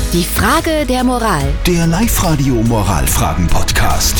Die Frage der Moral. Der Live-Radio-Moralfragen-Podcast.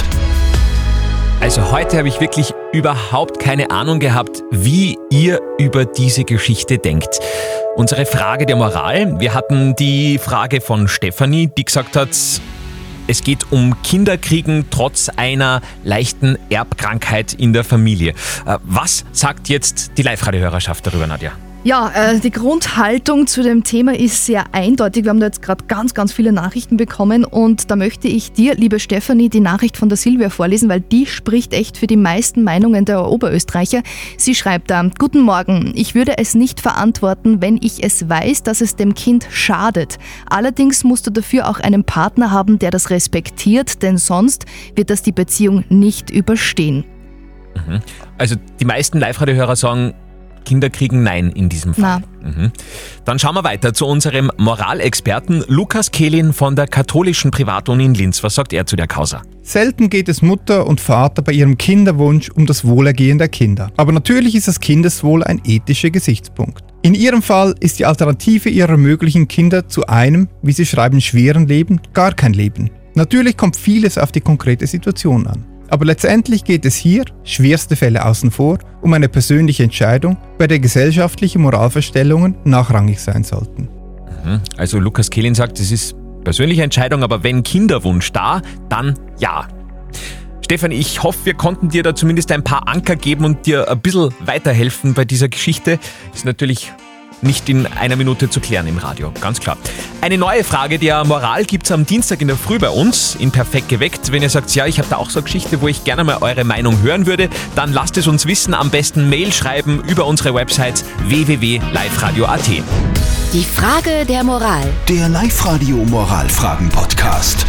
Also heute habe ich wirklich überhaupt keine Ahnung gehabt, wie ihr über diese Geschichte denkt. Unsere Frage der Moral. Wir hatten die Frage von Stefanie, die gesagt hat, es geht um Kinderkriegen trotz einer leichten Erbkrankheit in der Familie. Was sagt jetzt die Live-Radio-Hörerschaft darüber, Nadja? Ja, die Grundhaltung zu dem Thema ist sehr eindeutig. Wir haben da jetzt gerade ganz viele Nachrichten bekommen und da möchte ich dir, liebe Stefanie, die Nachricht von der Silvia vorlesen, weil die spricht echt für die meisten Meinungen der Oberösterreicher. Sie schreibt da: Guten Morgen, ich würde es nicht verantworten, wenn ich es weiß, dass es dem Kind schadet. Allerdings musst du dafür auch einen Partner haben, der das respektiert, denn sonst wird das die Beziehung nicht überstehen. Also die meisten Live-Radio-Hörer sagen, Kinder kriegen Nein in diesem Fall. Dann schauen wir weiter zu unserem Moralexperten Lukas Kehlin von der katholischen Privatuni in Linz. Was sagt er zu der Causa? Selten geht es Mutter und Vater bei ihrem Kinderwunsch um das Wohlergehen der Kinder. Aber natürlich ist das Kindeswohl ein ethischer Gesichtspunkt. In ihrem Fall ist die Alternative ihrer möglichen Kinder zu einem, wie sie schreiben, schweren Leben gar kein Leben. Natürlich kommt vieles auf die konkrete Situation an. Aber letztendlich geht es hier, schwerste Fälle außen vor, um eine persönliche Entscheidung, bei der gesellschaftliche Moralvorstellungen nachrangig sein sollten. Also Lukas Kehlin sagt, es ist persönliche Entscheidung, aber wenn Kinderwunsch da, dann ja. Stefan, ich hoffe, wir konnten dir da zumindest ein paar Anker geben und dir ein bisschen weiterhelfen bei dieser Geschichte. Ist natürlich nicht in einer Minute zu klären im Radio, ganz klar. Eine neue Frage der Moral gibt's am Dienstag in der Früh bei uns in Perfekt geweckt. Wenn ihr sagt, ja, ich habe da auch so eine Geschichte, wo ich gerne mal eure Meinung hören würde, dann lasst es uns wissen. Am besten Mail schreiben über unsere Website www.liveradio.at. Die Frage der Moral. Der Live-Radio-Moralfragen-Podcast.